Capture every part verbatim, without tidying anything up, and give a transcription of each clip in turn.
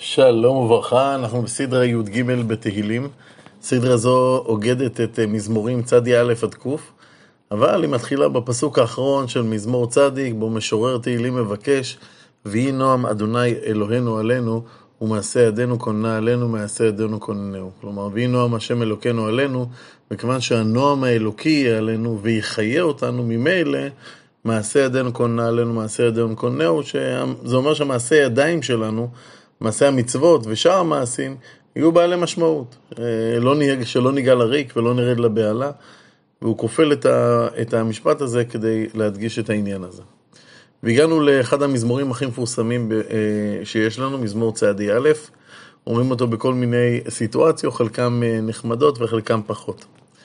שלום וברכה, אנחנו בסדרה י' ג' בתהילים. סדרה זו אוגדת את מזמורים צדי א' עד ק', אבל היא מתחילה בפסוק האחרון של מזמור צדיק, בו משורר תהילים מבקש, ויהי נועם אדוני אלוהינו עלינו, ומעשה ידינו כוננה עלינו, מעשה ידינו כוננהו. כלומר, ויהי נועם השם אלוקינו עלינו, וכיוון שהנועם האלוקי יהיה עלינו, ויחיה אותנו ממילא, מעשה ידינו כוננה עלינו, מעשה ידינו כוננהו, שזה אומר שמעשה ידיים שלנו, מעשה המצוות ושאר המעשים יהיו בעלי משמעות. לא ניג, שלא ניגע לריק ולא נרד לבעלה, והוא כופל את, ה, את המשפט הזה כדי להדגיש את העניין הזה. והגענו לאחד המזמורים הכי מפורסמים שיש לנו, מזמור צעדי א', אומרים אותו בכל מיני סיטואציות, חלקם נחמדות וחלקם פחות.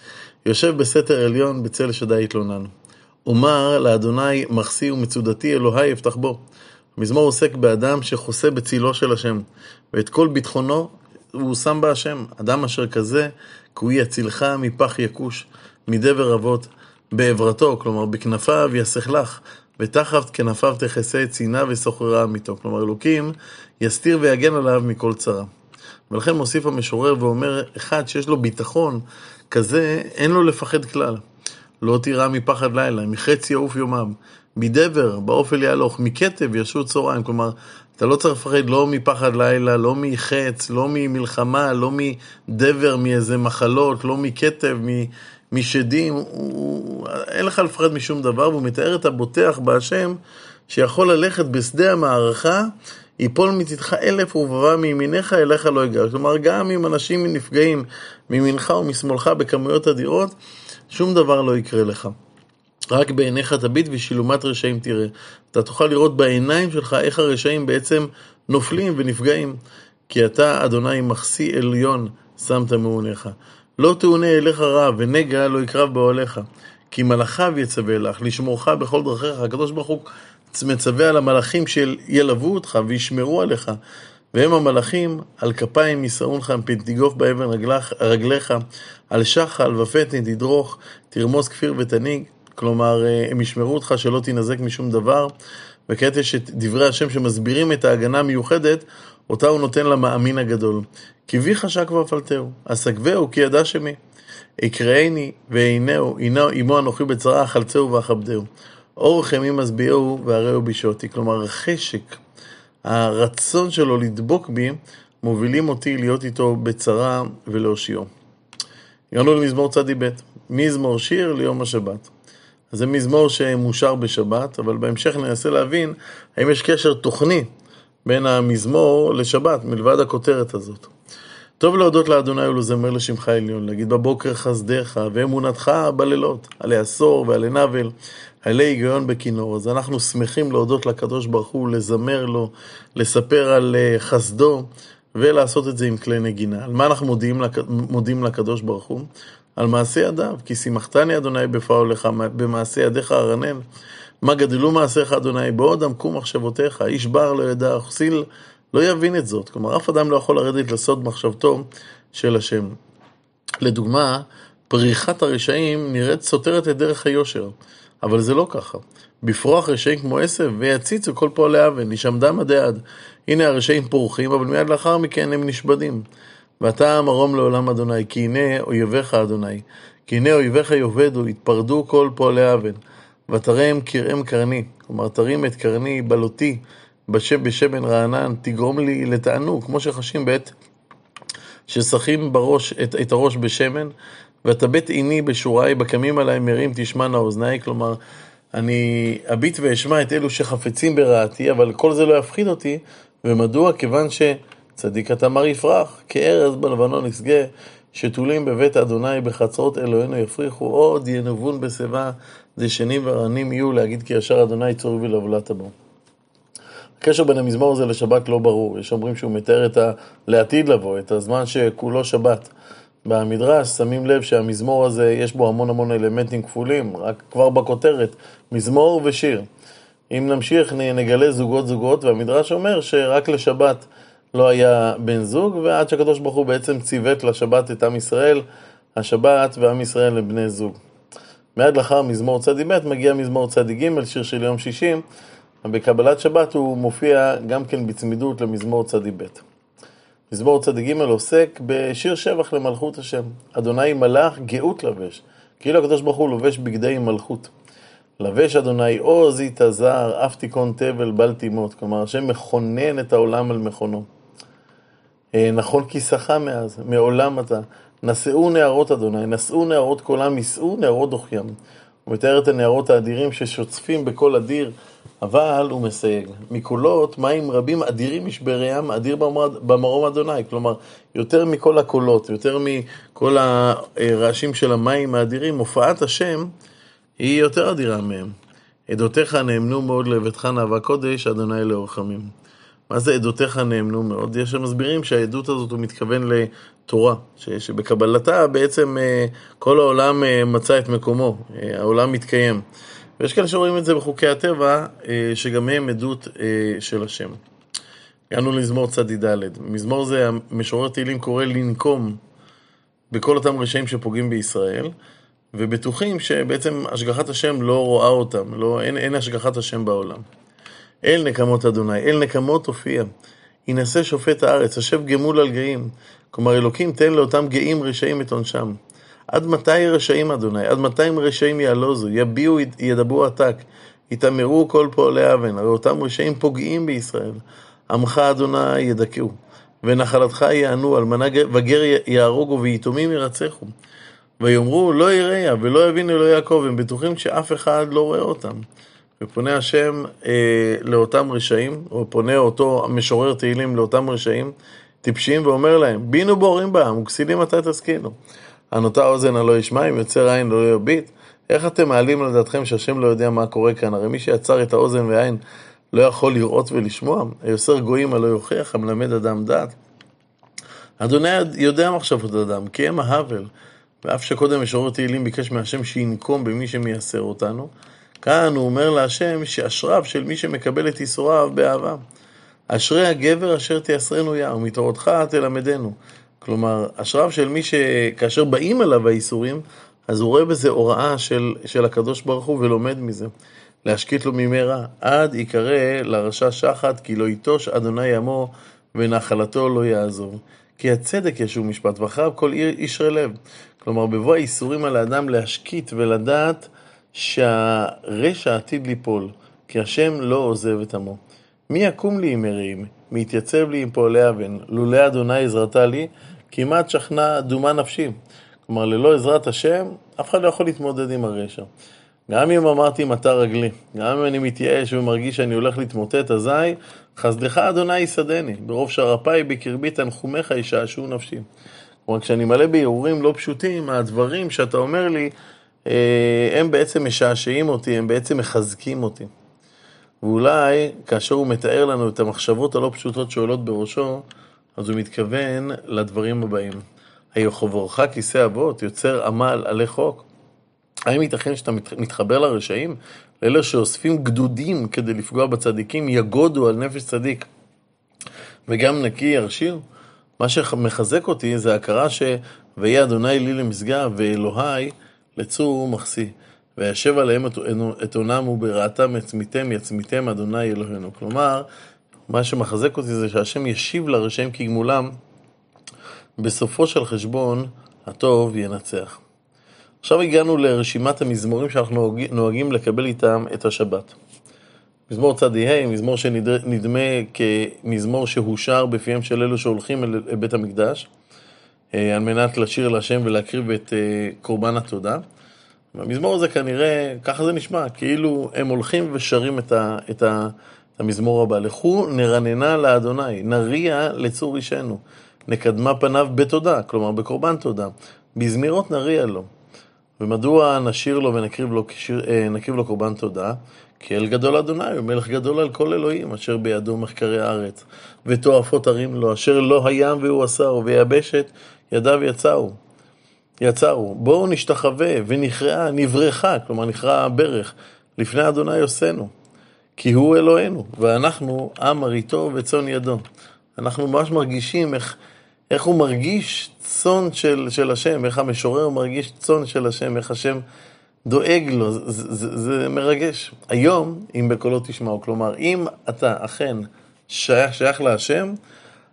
יושב בסתר עליון בצל שדי התלוננו. אומר לאדוני מחסי ומצודתי אלוהי יפתח בו. המזמור עוסק באדם שחוסה בצילו של השם, ואת כל ביטחונו הוא שם בהשם. אדם אשר כזה, כי הוא יצילך מפח יקוש, מדבר אבות, בעברתו, כלומר בכנפיו יסך לך, ותחת כנפיו תכסה צינה וסוחרה אמיתו. כלומר אלוקים יסתיר ויגן עליו מכל צרה. ולכן מוסיף המשורר ואומר, אחד שיש לו ביטחון כזה, אין לו לפחד כלל. לא תירא מפחד לילה, מחץ יעוף יומם, מדבר, באופל יהלוך, מכתב ישו צהריים. כלומר, אתה לא צריך לפחד לא מפחד לילה, לא מחץ, לא ממלחמה, לא מדבר, מאיזה מחלות, לא מכתב, משדים. הוא... אין לך לפחד משום דבר, והוא מתאר את הבוטח בהשם, שיכול ללכת בשדה המערכה, יפול מצדך אלף ובבא מימיניך אליך לא יגע. כלומר, גם אם אנשים נפגעים מימינך ומשמאלך בכמויות אדירות, שום דבר לא יקרה לך. רק בעיניך תביט ושילומת רשעים תראה. אתה תוכל לראות בעיניים שלך איך הרשעים בעצם נופלים ונפגעים. כי אתה, אדוני, מחסי עליון, שמת מעונך. לא תעונה אליך רע, ונגע לא יקרב באוהליך. כי מלאכיו יצווה לך, לשמורך בכל דרכיך. הקדוש ברוך הוא מצווה על המלאכים שילוו אותך וישמרו עליך. והם המלאכים, על כפיים יסעונך, פן תיגוף באבן רגלך, רגליך, על שחל ופתן תדרוך, תרמוס כפיר ותניג. כלומר, הם ישמרו אותך שלא תנזק משום דבר. וכעת יש את דברי השם שמסבירים את ההגנה המיוחדת, אותה הוא נותן למאמין הגדול. כי בי חשק ואפלתהו, אסגבהו כי ידע שמי. יקראני ועינהו, עמו אנוכי בצרה, אכלצהו ואכבדהו. אורך ימים משביעהו והראהו בישותי. כלומר, החשק, הרצון שלו לדבוק בי, מובילים אותי להיות איתו בצרה ולהושיעו. הגענו למזמור צדי ב', מזמור שיר ליום השבת. אז זה מזמור שמושר בשבת, אבל בהמשך ננסה להבין האם יש קשר תוכני בין המזמור לשבת, מלבד הכותרת הזאת. טוב להודות לאדוני ולזמר לשמך עליון, להגיד בבוקר חסדך ואמונתך בלילות, עלי עשור ועלי נבל, עלי היגיון בכינור. אז אנחנו שמחים להודות לקדוש ברוך הוא, לזמר לו, לספר על חסדו, ולעשות את זה עם כלי נגינה. על מה אנחנו מודיעים, מודיעים לקדוש ברוך הוא? על מעשה ידיו, כי שימחתני אדוני בפעולך, במעשה ידיך ארנן. מה גדלו מעשיך אדוני, בעוד עמקו מחשבותיך, איש בר לא ידע, חסיל לא יבין את זאת. כלומר, אף אדם לא יכול לרדת לסוד מחשבתו של השם. לדוגמה, פריחת הרשעים נראית סותרת את דרך היושר, אבל זה לא ככה. בפרוח רשעים כמו עשב ויציצו כל פועלי אבן, נשמדם עדי עד. הנה הרשעים פורחים, אבל מיד לאחר מכן הם נשבדים. ואתה מרום לעולם אדוני, כי הנה אויביך אדוני, כי הנה אויביך יאבדו, יתפרדו כל פועלי אבן, ותרם קרעם קרני. כלומר, תרים את קרני בלותי, בשם בשמן רענן, תגרום לי לתענוג, כמו שחשים בעת ששחים בראש, את, את הראש בשמן, ותבט עיני בשוראי, בקמים עליי מרים תשמענה אוזני. כלומר, אני אביט ואשמע את אלו שחפצים ברעתי, אבל כל זה לא יפחיד אותי. ומדוע? כיוון שצדיק התמר יפרח, כארז בלבנון ישגה, שתולים בבית אדוני בחצרות אלוהינו יפריחו, עוד ינובון בשיבה, דשנים ורענים יהיו, להגיד כי ישר אדוני צור ולבלת בו. הקשר בין המזמור הזה לשבת לא ברור. יש אומרים שהוא מתאר את ה... לעתיד לבוא, את הזמן שכולו שבת. במדרש שמים לב שהמזמור הזה יש בו המון המון אלמנטים כפולים, רק כבר בכותרת, מזמור ושיר. אם נמשיך נגלה זוגות זוגות, והמדרש אומר שרק לשבת לא היה בן זוג, ועד שהקדוש ברוך הוא בעצם ציוות לשבת את עם ישראל, השבת ועם ישראל לבני זוג. מיד לאחר מזמור צדי ב' מגיע מזמור צדי ג', שיר של יום שישי, בקבלת שבת הוא מופיע גם כן בצמידות למזמור צדי ב'. מזמור צדיק ג' עוסק בשיר שבח למלכות השם. אדוני מלך גאות לבש, כאילו הקדוש ברוך הוא לובש בגדי מלכות. לבש אדוני עוז יתעזר, אף תיכון תבל בל תימות. כלומר, השם מכונן את העולם על מכונו. נכון כיסך מאז, מעולם אתה. נשאו נערות אדוני, נשאו נערות קולם, יישאו נערות דוחיים. הוא מתאר את הנערות האדירים ששוצפים בכל אדיר, אבל הוא מסייג. מקולות מים רבים אדירים משבריהם, אדיר במרום אדוני. כלומר, יותר מכל הקולות, יותר מכל הרעשים של המים האדירים, הופעת השם היא יותר אדירה מהם. עדותיך נאמנו מאוד לביתך נאווה קודש, אדוני לרחמים. מה זה עדותיך נאמנו מאוד? יש מסבירים שהעדות הזאת הוא מתכוון לתורה, שבקבלתה בעצם כל העולם מצא את מקומו, העולם מתקיים. ויש כאלה שרואים את זה בחוקי הטבע, שגם הם עדות של השם. הגענו למזמור צדיק ד'. מזמור זה, המשורר תהילים קורא לנקום בכל אותם רשעים שפוגעים בישראל, ובטוחים שבעצם השגחת השם לא רואה אותם, לא, אין, אין השגחת השם בעולם. אל נקמות אדוני, אל נקמות הופיע, ינסה שופט הארץ, השב גמול על גאים. כלומר, אלוקים תן לאותם גאים רשעים את עונשם. עד מתי רשעים אדוני? עד מתי רשעים יעלוזו? יביעו, ידברו עתק, יתאמרו כל פועלי אבן. הרי אותם רשעים פוגעים בישראל. עמך אדוני ידכאו, ונחלתך יענו, אלמנה וגר יהרוגו, ויתומים ירצחו. ויאמרו לא יראה ולא יבין אלוהי יעקב. הם בטוחים שאף אחד לא רואה אותם. ופונה השם אה, לאותם רשעים, או פונה אותו משורר תהילים לאותם רשעים טיפשים, ואומר להם, בינו בורים בהם, וכסילים מתי תשכילו. הנוטה אוזן הלא ישמע, אם יוצר עין לא יביט. איך אתם מעלים על דעתכם שהשם לא יודע מה קורה כאן? הרי מי שיצר את האוזן והעין לא יכול לראות ולשמוע. היוצר גויים הלא יוכיח, המלמד אדם דעת. אדוני יודע מחשבות אדם, כי הם ההבל. ואף שקודם משורר תהילים ביקש מהשם שינקום במי שמייסר אותנו, כאן הוא אומר להשם שאשריו של מי שמקבל את איסוריו באהבה. אשרי הגבר אשר תייסרנו יה, ומתורתך תלמדנו. כלומר, אשריו של מי שכאשר באים אליו האיסורים, אז הוא רואה בזה הוראה של, של הקדוש ברוך הוא ולומד מזה. להשקיט לו ממרע, עד יקרא לרשע שחת, כי לא יתוש אדוני עמו, ונחלתו לא יעזוב. כי הצדק ישוב משפט, ואחריו כל ישרי לב. כלומר, בבוא האיסורים על האדם להשקיט ולדעת, שהרשע עתיד ליפול, כי השם לא עוזב את עמו. מי יקום לי עם מרעים? מי יתייצב לי עם פועלי אבן? לולא אדוני עזרתה לי, כמעט שכנה דומה נפשי. כלומר, ללא עזרת השם, אף אחד לא יכול להתמודד עם הרשע. גם אם אמרתי מטה רגלי, גם אם אני מתייאש ומרגיש שאני הולך להתמוטט, אזי חסדך אדוני יסדני, ברוב שרפאי בקרבי תנחומך ישעשעו נפשי. כלומר, כשאני מלא בהרהורים לא פשוטים, הדברים שאתה אומר לי, הם בעצם משעשעים אותי, הם בעצם מחזקים אותי. ואולי כאשר הוא מתאר לנו את המחשבות הלא פשוטות שעולות בראשו, אז הוא מתכוון לדברים הבאים. היחוברך כיסא אבות, יוצר עמל עלי חוק. האם ייתכן שאתה מתחבר לרשעים? לאלה שאוספים גדודים כדי לפגוע בצדיקים, יגודו על נפש צדיק, וגם נקי ירשיר? מה שמחזק אותי זה הכרה ש... ויהיה אדוני לי למשגב, ואלוהי לצור מחסי, וישב עליהם את עונם וברעתם יצמיתם יצמיתם אדוני אלוהינו. כלומר, מה שמחזק אותי זה שהשם ישיב לרשעים כגמולם, בסופו של חשבון הטוב ינצח. עכשיו הגענו לרשימת המזמורים שאנחנו נוהגים לקבל איתם את השבת. מזמור צדיק ה', מזמור שנדמה כמזמור שהושר בפיהם של אלו שהולכים אל בית המקדש, על מנת לשיר להשם ולהקריב את קורבן התודה. המזמור הזה כנראה, ככה זה נשמע, כאילו הם הולכים ושרים את, ה, את, ה, את המזמור הבא. לכו נרננה לאדוני, נריע לצור אישנו, נקדמה פניו בתודה, כלומר בקורבן תודה, בזמירות נריע לו. ומדוע נשיר לו ונקריב לו, נקריב לו קורבן תודה? כי אל גדול אדוני, הוא מלך גדול על כל אלוהים, אשר בידו מחקרי הארץ, ותועפות הרים לו, אשר לא הים והוא עשר, ויבשת ידיו יצאו. יצאו, בואו נשתחווה ונכרעה, נברכה, כלומר נכרע ברך, לפני אדוני עושנו, כי הוא אלוהינו, ואנחנו עם מריתו וצאן ידו. אנחנו ממש מרגישים איך, איך הוא מרגיש צאן של, של השם, איך המשורר מרגיש צאן של השם, איך השם דואג לו, זה, זה, זה מרגש. היום, אם בקולו תשמעו, כלומר, אם אתה אכן שייך, שייך להשם,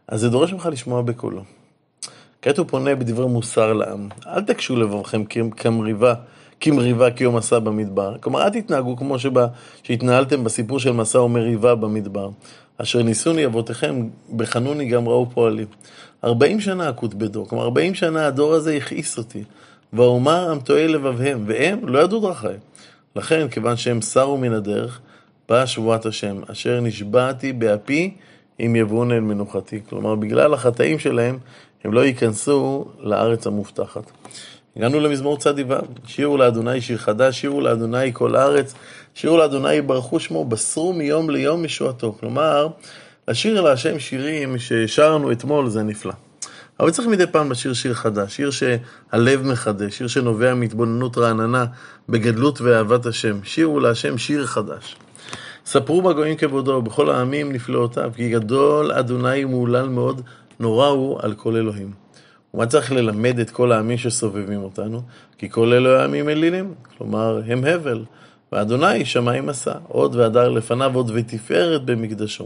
אז זה דורש ממך לשמוע בקולו. כעת הוא פונה בדברי מוסר לעם. אל תקשו לבבכם כמריבה, כמריבה כיום מסע במדבר. כלומר, אל תתנהגו כמו שבא, שהתנהלתם בסיפור של מסע ומריבה במדבר. אשר ניסוני אבותיכם, בחנוני גם ראו פועלי. ארבעים שנה אקוט בדור. כלומר, ארבעים שנה הדור הזה הכעיס אותי. ואומר עם טועה לבבהם, והם לא ידעו דרכי. לכן, כיוון שהם סרו מן הדרך, באה שבועת השם, אשר נשבעתי באפי אם יבואון אל מנוחתי. כלומר, בגלל החטאים שלהם, הם לא ייכנסו לארץ המובטחת. הגענו למזמור צדי ו', שירו לאדוני שיר חדש, שירו לאדוני כל הארץ, שירו לאדוני ברכו שמו, בסרו מיום ליום משועתו. כלומר, לשיר להשם שירים ששרנו אתמול זה נפלא. אבל צריך מדי פעם לשיר שיר חדש, שיר שהלב מחדש, שיר שנובע מהתבוננות רעננה, בגדלות ואהבת השם. שירו להשם שיר חדש. ספרו בגויים כבודו, בכל העמים נפלאותיו, כי גדול אדוני מעולל מאוד, נורא הוא על כל אלוהים. ומה צריך ללמד את כל העמים שסובבים אותנו? כי כל אלוהי העמים אלילים, כלומר הם הבל, ואדוני שמיים עשה, עוד והדר לפניו, עוד ותפארת במקדשו.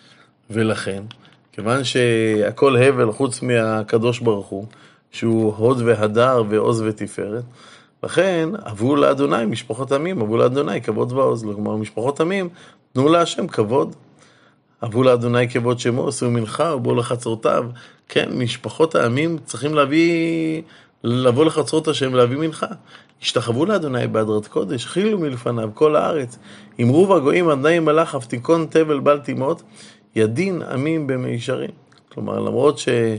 ולכן, כיוון שהכל הבל חוץ מהקדוש ברוך הוא, שהוא הוד והדר ועוז ותפארת, לכן אבו לאדוני משפחות עמים, אבו לאדוני כבוד ועוז, כלומר משפחות עמים, תנו להשם כבוד. אבו לאדוני כבוד שמו, עשו מנחה ובואו לחצרותיו. כן, משפחות העמים צריכים להביא, לבוא לחצרות השם, להביא מנחה. השתחוו לאדוני בהדרת קודש, חילו מלפניו כל הארץ. אמרו והגויים עדיין מלאך, אבטיקון תבל בל תימות, ידין עמים במישרים. כלומר, למרות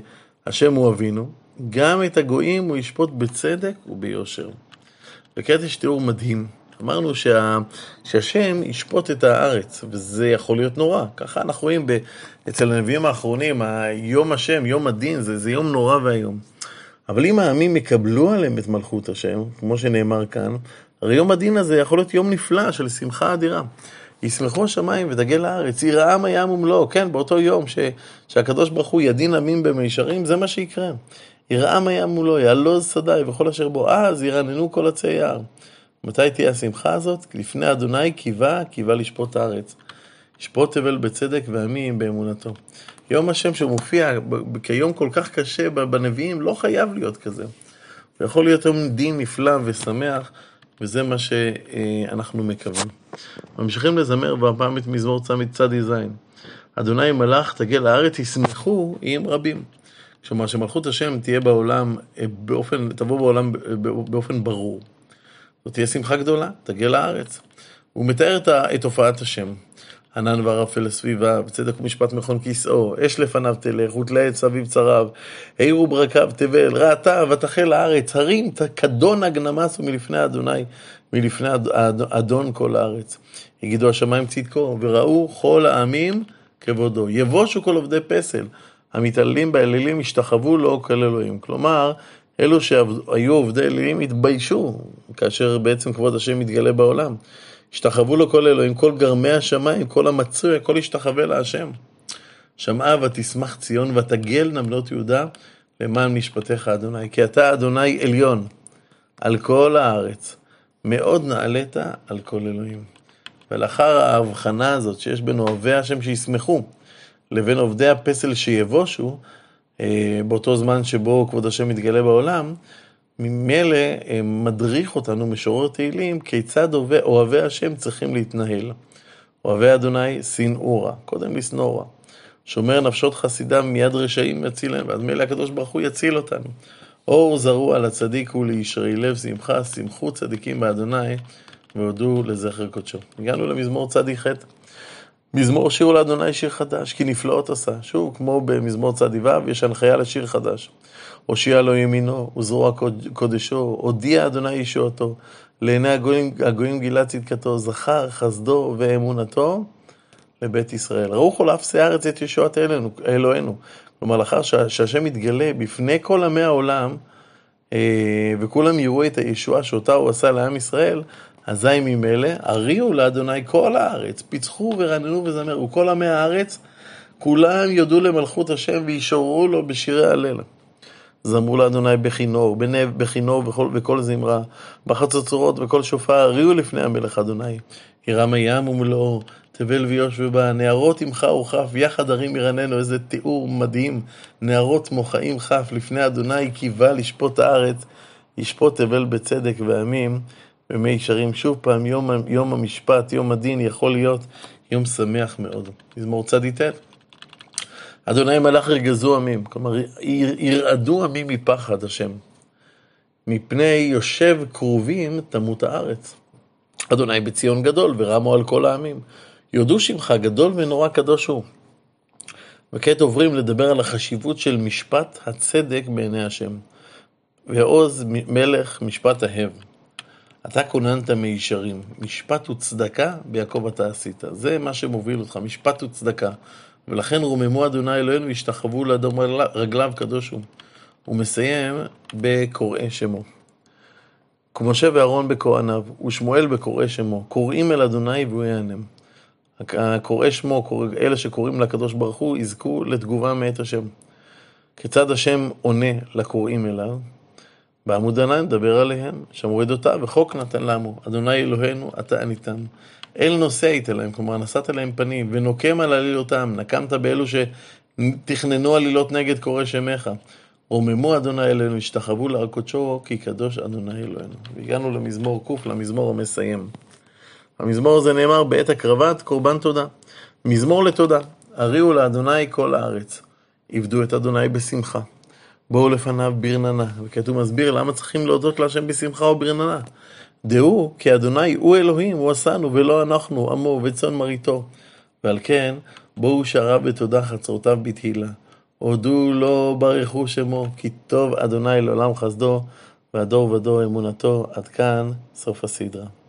שהשם הוא אבינו, גם את הגויים הוא ישפוט בצדק וביושר. וכעת יש תיאור מדהים. אמרנו שה, שהשם ישפוט את הארץ, וזה יכול להיות נורא. ככה אנחנו רואים ב, אצל הנביאים האחרונים, יום השם, יום הדין, זה, זה יום נורא והיום. אבל אם העמים יקבלו עליהם את מלכות השם, כמו שנאמר כאן, הרי יום הדין הזה יכול להיות יום נפלא של שמחה אדירה. ישמחו השמיים ותגל הארץ, ירעם הים ומלואו. כן, באותו יום ש, שהקדוש ברוך הוא ידין עמים במישרים, זה מה שיקרה. ירעם הים ומלואו, יעלוז שדי וכל אשר בו, אז ירננו כל עצי יער. מתי תהיה השמחה הזאת? לפני אדוני קיווה, קיווה לשפוט הארץ. ישפוט תבל בצדק ועמים באמונתו. יום השם שמופיע כיום כל כך קשה בנביאים, לא חייב להיות כזה. הוא יכול להיות יום דין נפלא ושמח, וזה מה שאנחנו מקווים. ממשיכים לזמר והפעם את מזמור צדי זין. אדוני מלך תגל הארץ, ישמחו עם רבים. כלומר שמלכות השם תהיה בעולם, באופן, תבוא בעולם באופן ברור. זאת תהיה שמחה גדולה, תגל לארץ. הוא מתאר את תופעת השם. ענן וערפל לסביבה, בצדק ומשפט מכון כיסאו, אש לפניו תלך, ותלעת סביב צריו, העיר וברקיו תבל, ראתה ותחל הארץ, הרים כדון הגנמס ומלפני אדוני, מלפני אדון כל הארץ. יגידו השמיים צדקו, וראו כל העמים כבודו. יבושו כל עובדי פסל, המתעללים באלילים השתחוו לו כל אלוהים. כלומר, אלו שהיו עובדי אלילים התביישו, כאשר בעצם כבוד השם מתגלה בעולם. השתחוו לו כל אלוהים, כל גרמי השמיים, כל המצוי, הכל השתחווה להשם. שמעה ותשמח ציון ותגל נמלות יהודה למען משפטיך אדוני. כי אתה אדוני עליון על כל הארץ, מאוד נעלית על כל אלוהים. ולאחר ההבחנה הזאת שיש בין אוהבי השם שישמחו, לבין עובדי הפסל שיבושו, באותו זמן שבו כבוד השם מתגלה בעולם, ממילא מדריך אותנו משורר תהילים כיצד אוהבי השם צריכים להתנהל. אוהבי אדוני שנאו רע, קודם לשנוא רע. שומר נפשות חסידם מיד רשעים יצילם, ועד מילא הקדוש ברוך הוא יציל אותנו. אור זרוע לצדיק ולישרי לב שמחה, שמחו צדיקים באדוני והודו לזכר קודשו. הגענו למזמור צדי ח'. מזמור שירו לאדוני שיר חדש, כי נפלאות עשה. שוב, כמו במזמור צדי ו', יש הנחיה לשיר חדש. הושיע לו ימינו, וזרוע קודשו, הודיע אדוני ישועתו, לעיני הגויים, הגויים גילה צדקתו, זכר חסדו ואמונתו לבית ישראל. ראו כל אפסי הארץ את ישועת אלוהינו, אלוהינו. כלומר, לאחר שהשם מתגלה בפני כל עמי העולם, וכולם יראו את הישועה שאותה הוא עשה לעם ישראל, אזי ממילא, הריעו לאדוני כל הארץ, פיצחו ורננו וזמרו, כל עמי הארץ, כולם יודו למלכות השם וישורו לו בשירי הלל. זמרו לאדוני בכינור, בנב, בכינור וכל, וכל זמרה, בחצוצרות וכל שופר, הריעו לפני המלך אדוני. ירם הים ומלואו, תבל ויוש ובה, נערות עמך וכף, יחד הרים ירננו, איזה תיאור מדהים, נערות מוחאים כף, לפני אדוני קיווה לשפוט הארץ, ישפוט תבל בצדק ועמים, ומי ישרים. שוב פעם, יום, יום המשפט, יום הדין, יכול להיות יום שמח מאוד. מזמור צדיק. אדוני מלך ירגזו עמים, כלומר, ירעדו עמים מפחד השם. מפני יושב קרובים תמות הארץ. אדוני בציון גדול ורמו על כל העמים. יודו שמך גדול ונורא קדוש הוא. וכעת עוברים לדבר על החשיבות של משפט הצדק בעיני השם. ועוז מלך משפט אהב. אתה כוננת מישרים. משפט וצדקה ביעקב אתה עשית. זה מה שמוביל אותך, משפט וצדקה. ולכן רוממו אדוני אלוהינו והשתחוו לאדום רגליו קדוש הוא. הוא מסיים בקוראי שמו. משה ואהרון בכהניו, ושמואל בקוראי שמו. קוראים אל אדוני והוא יענם. הקוראי שמו, אלה שקוראים לקדוש ברוך הוא, יזכו לתגובה מאת השם. כיצד השם עונה לקוראים אליו? בעמוד ענן נדבר עליהם, שמרו עדותיו וחוק נתן לעמו. אדוני אלוהינו, אתה עניתם. אל נושא היית להם, כלומר נשאת להם פנים, ונוקם על עלילותם, נקמת באלו שתכננו עלילות נגד קורא שמך. רוממו אדוני אלוהינו, השתחוו להר קודשו, כי קדוש אדוני אלוהינו. והגענו למזמור קוף, למזמור המסיים. המזמור הזה נאמר בעת הקרבת קורבן תודה. מזמור לתודה, הריעו לאדוני כל הארץ. עבדו את אדוני בשמחה. בואו לפניו ברננה. וכתוב מסביר למה צריכים להודות להשם בשמחה או ברננה. דעו כי אדוני הוא אלוהים, הוא עשנו ולא אנחנו, עמו וצאן מרעיתו. ועל כן בואו שרה בתודה חצרותיו בתהילה. הודו לו ברכו שמו, כי טוב אדוני לעולם חסדו, והדור ודור אמונתו. עד כאן סוף הסדרה.